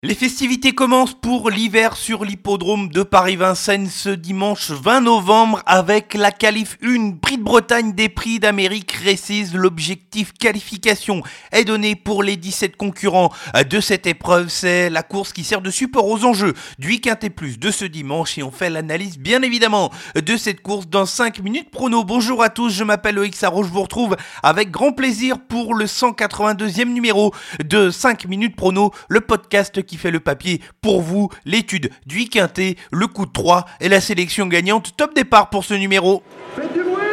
Les festivités commencent pour l'hiver sur l'hippodrome de Paris-Vincennes ce dimanche 20 novembre avec la qualif 1 Prix de Bretagne des Prix d'Amérique Races. L'objectif qualification est donné pour les 17 concurrents de cette épreuve. C'est la course qui sert de support aux enjeux du Quintet Plus de ce dimanche et on fait l'analyse bien évidemment de cette course dans 5 minutes prono. Bonjour à tous, je m'appelle Loïc Sarro, je vous retrouve avec grand plaisir pour le 182e numéro de 5 minutes prono, le podcast qui fait le papier pour vous, l'étude du Quintet, le coup de 3 et la sélection gagnante. Top départ pour ce numéro. Faites du bruit!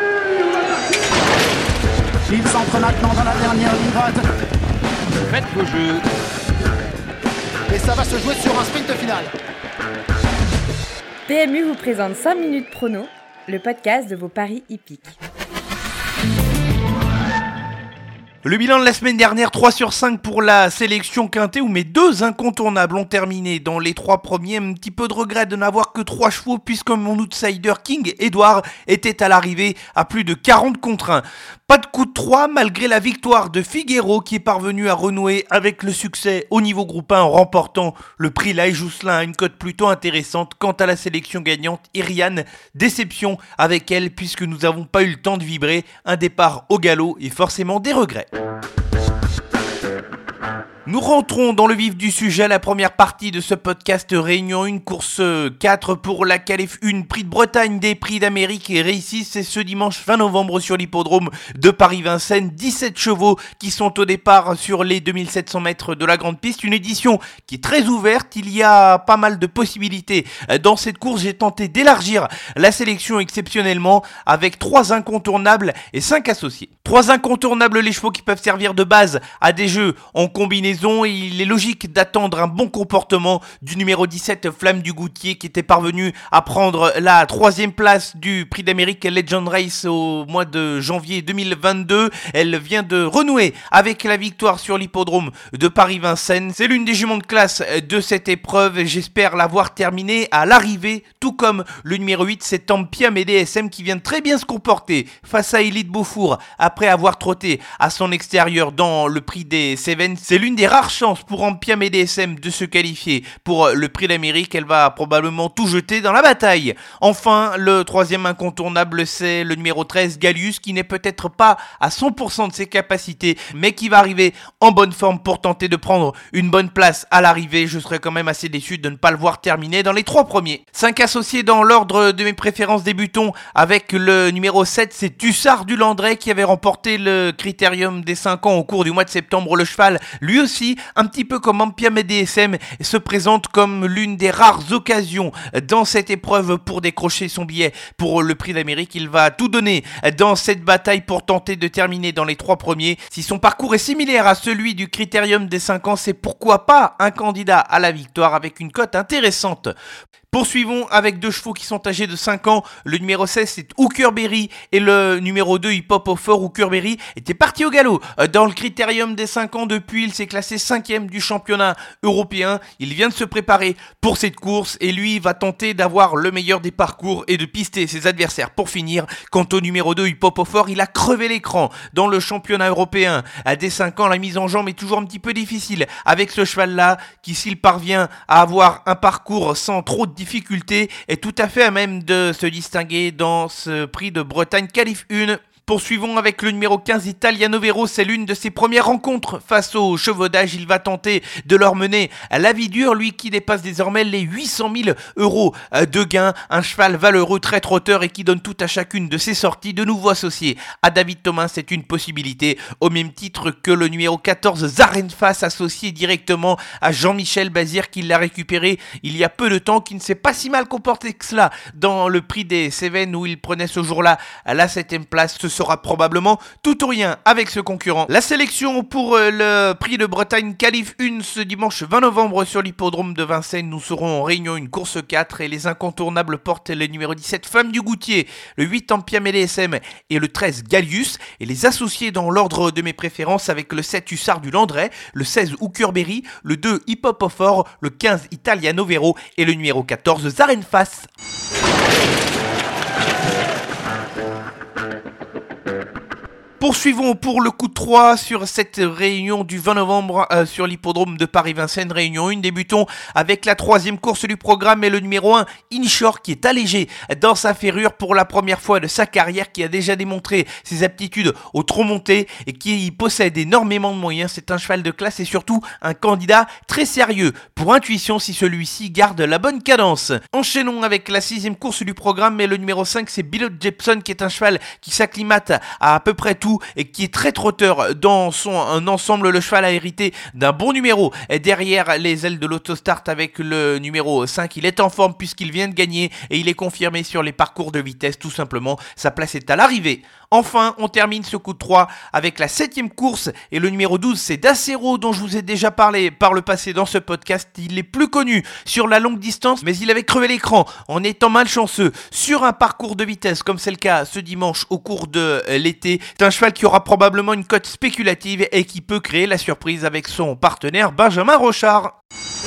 Il s'entre maintenant dans la dernière ligne droite. Faites vos jeux. Et ça va se jouer sur un sprint final. PMU vous présente 5 minutes prono, le podcast de vos paris hippiques. Le bilan de la semaine dernière, 3 sur 5 pour la sélection Quintet où mes deux incontournables ont terminé dans les 3 premiers. Un petit peu de regret de n'avoir que 3 chevaux puisque mon outsider King Edward était à l'arrivée à plus de 40 contre 1. Pas de coup de 3 malgré la victoire de Figueiro qui est parvenu à renouer avec le succès au niveau groupe 1 en remportant le prix Lai Jousselin à une cote plutôt intéressante. Quant à la sélection gagnante, Iriane, déception avec elle puisque nous n'avons pas eu le temps de vibrer. Un départ au galop et forcément des regrets. Nous rentrons dans le vif du sujet, la première partie de ce podcast Réunion 1, course 4 pour la qualif 1, Prix de Bretagne des Prix d'Amérique et Races. C'est ce dimanche 20 novembre sur l'hippodrome de Paris-Vincennes. 17 chevaux qui sont au départ sur les 2700 mètres de la grande piste. Une édition qui est très ouverte, il y a pas mal de possibilités. Dans cette course, j'ai tenté d'élargir la sélection exceptionnellement avec 3 incontournables et 5 associés. 3 incontournables, les chevaux qui peuvent servir de base à des jeux en combinaison. Et il est logique d'attendre un bon comportement du numéro 17 Flamme du Goutier qui était parvenu à prendre la 3e place du Prix d'Amérique Legend Race au mois de janvier 2022. Elle vient de renouer avec la victoire sur l'hippodrome de Paris-Vincennes. C'est l'une des juments de classe de cette épreuve. J'espère l'avoir terminée à l'arrivée, tout comme le numéro 8, c'est Ampiam et DSM qui vient très bien se comporter face à Elite Beaufour après avoir trotté à son extérieur dans le Prix des Cévennes. C'est l'une des rares chances pour Ampiam et DSM de se qualifier pour le Prix d'Amérique. Elle va probablement tout jeter dans la bataille. Enfin, le 3e incontournable, c'est le numéro 13, Gallius, qui n'est peut-être pas à 100% de ses capacités, mais qui va arriver en bonne forme pour tenter de prendre une bonne place à l'arrivée. Je serais quand même assez déçu de ne pas le voir terminer dans les 3 premiers. 5 associés dans l'ordre de mes préférences. Débutons avec le numéro 7, c'est Hussard du Landré qui avait remporté le critérium des 5 ans au cours du mois de septembre. Le cheval, lui aussi, un petit peu comme Ampiam et DSM, se présente comme l'une des rares occasions dans cette épreuve pour décrocher son billet pour le Prix d'Amérique. Il va tout donner dans cette bataille pour tenter de terminer dans les 3 premiers. Si son parcours est similaire à celui du critérium des 5 ans, c'est pourquoi pas un candidat à la victoire avec une cote intéressante. Poursuivons avec 2 chevaux qui sont âgés de 5 ans. Le numéro 16, c'est Hookerberry et le numéro 2, Hip Hop Offer. Hookerberry était parti au galop dans le critérium des 5 ans. Depuis, il s'est classé 5e du championnat européen. Il vient de se préparer pour cette course et lui va tenter d'avoir le meilleur des parcours et de pister ses adversaires pour finir. Quant au numéro 2, Hip Hop Offer, il a crevé l'écran dans le championnat européen. À des 5 ans, la mise en jambe est toujours un petit peu difficile avec ce cheval-là qui, s'il parvient à avoir un parcours sans trop de difficulté, est tout à fait à même de se distinguer dans ce Prix de Bretagne qualif 1. Poursuivons avec le numéro 15, Italiano Vero. C'est l'une de ses premières rencontres face aux chevaux d'âge. Il va tenter de leur mener à la vie dure, lui qui dépasse désormais les 800 000 € de gains. Un cheval valeureux, très trotteur et qui donne tout à chacune de ses sorties. De nouveau associé à David Thomas, c'est une possibilité, au même titre que le numéro 14, Zarenfass, associé directement à Jean-Michel Bazir, qui l'a récupéré il y a peu de temps, qui ne s'est pas si mal comporté que cela dans le Prix des Cévennes où il prenait ce jour-là la 7e place. Ce sera probablement tout ou rien avec ce concurrent. La sélection pour le Prix de Bretagne qualif 1 ce dimanche 20 novembre sur l'hippodrome de Vincennes. Nous serons en réunion une course 4 et les incontournables portent le numéro 17 Femme du Goutier, le 8 Ampiam et DSM et le 13 Gallius, et les associés dans l'ordre de mes préférences avec le 7 Hussard du Landré, le 16 Hookerberry, le 2 Hip Hop Offer, le 15 Italiano Vero et le numéro 14 Zarenfass. Poursuivons pour le coup de 3 sur cette réunion du 20 novembre sur l'hippodrome de Paris-Vincennes, réunion 1. Débutons avec la troisième course du programme et le numéro 1, Inshore, qui est allégé dans sa ferrure pour la première fois de sa carrière, qui a déjà démontré ses aptitudes au trot monté et qui possède énormément de moyens. C'est un cheval de classe et surtout un candidat très sérieux pour intuition si celui-ci garde la bonne cadence. Enchaînons avec la sixième course du programme et le numéro 5, c'est Bilot Jepson, qui est un cheval qui s'acclimate à peu près tout et qui est très trotteur dans son ensemble. Le cheval a hérité d'un bon numéro et derrière les ailes de l'autostart avec le numéro 5. Il est en forme puisqu'il vient de gagner et il est confirmé sur les parcours de vitesse. Tout simplement, sa place est à l'arrivée. Enfin, on termine ce coup de 3 avec la septième course et le numéro 12, c'est Dacero, dont je vous ai déjà parlé par le passé dans ce podcast. Il est plus connu sur la longue distance, mais il avait crevé l'écran en étant malchanceux sur un parcours de vitesse comme c'est le cas ce dimanche au cours de l'été. C'est un cheval qui aura probablement une cote spéculative et qui peut créer la surprise avec son partenaire Benjamin Rochard.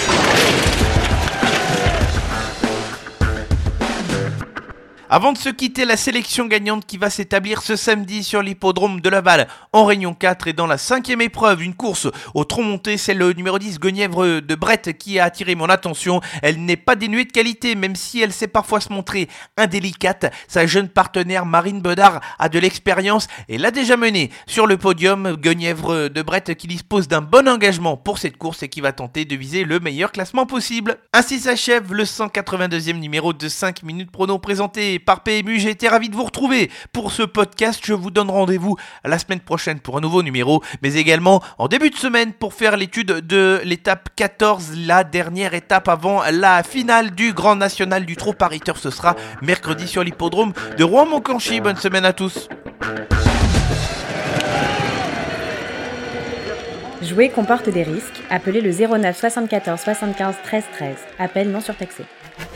Avant de se quitter, la sélection gagnante qui va s'établir ce samedi sur l'hippodrome de Laval en Réunion 4 et dans la cinquième épreuve, une course au trot monté, c'est le numéro 10 Guenièvre de Brette qui a attiré mon attention. Elle n'est pas dénuée de qualité, même si elle sait parfois se montrer indélicate. Sa jeune partenaire Marine Bedard a de l'expérience et l'a déjà menée sur le podium. Guenièvre de Brette qui dispose d'un bon engagement pour cette course et qui va tenter de viser le meilleur classement possible. Ainsi s'achève le 182e numéro de 5 minutes prono présenté par PMU. J'ai été ravi de vous retrouver pour ce podcast. Je vous donne rendez-vous la semaine prochaine pour un nouveau numéro, mais également en début de semaine pour faire l'étude de l'étape 14, la dernière étape avant la finale du Grand National du Trot Pariteur. Ce sera mercredi sur l'hippodrome de Rouen-Moncanchy. Bonne semaine à tous. Jouer comporte des risques. Appelez le 09 74 75 13 13. Appel non surtaxé.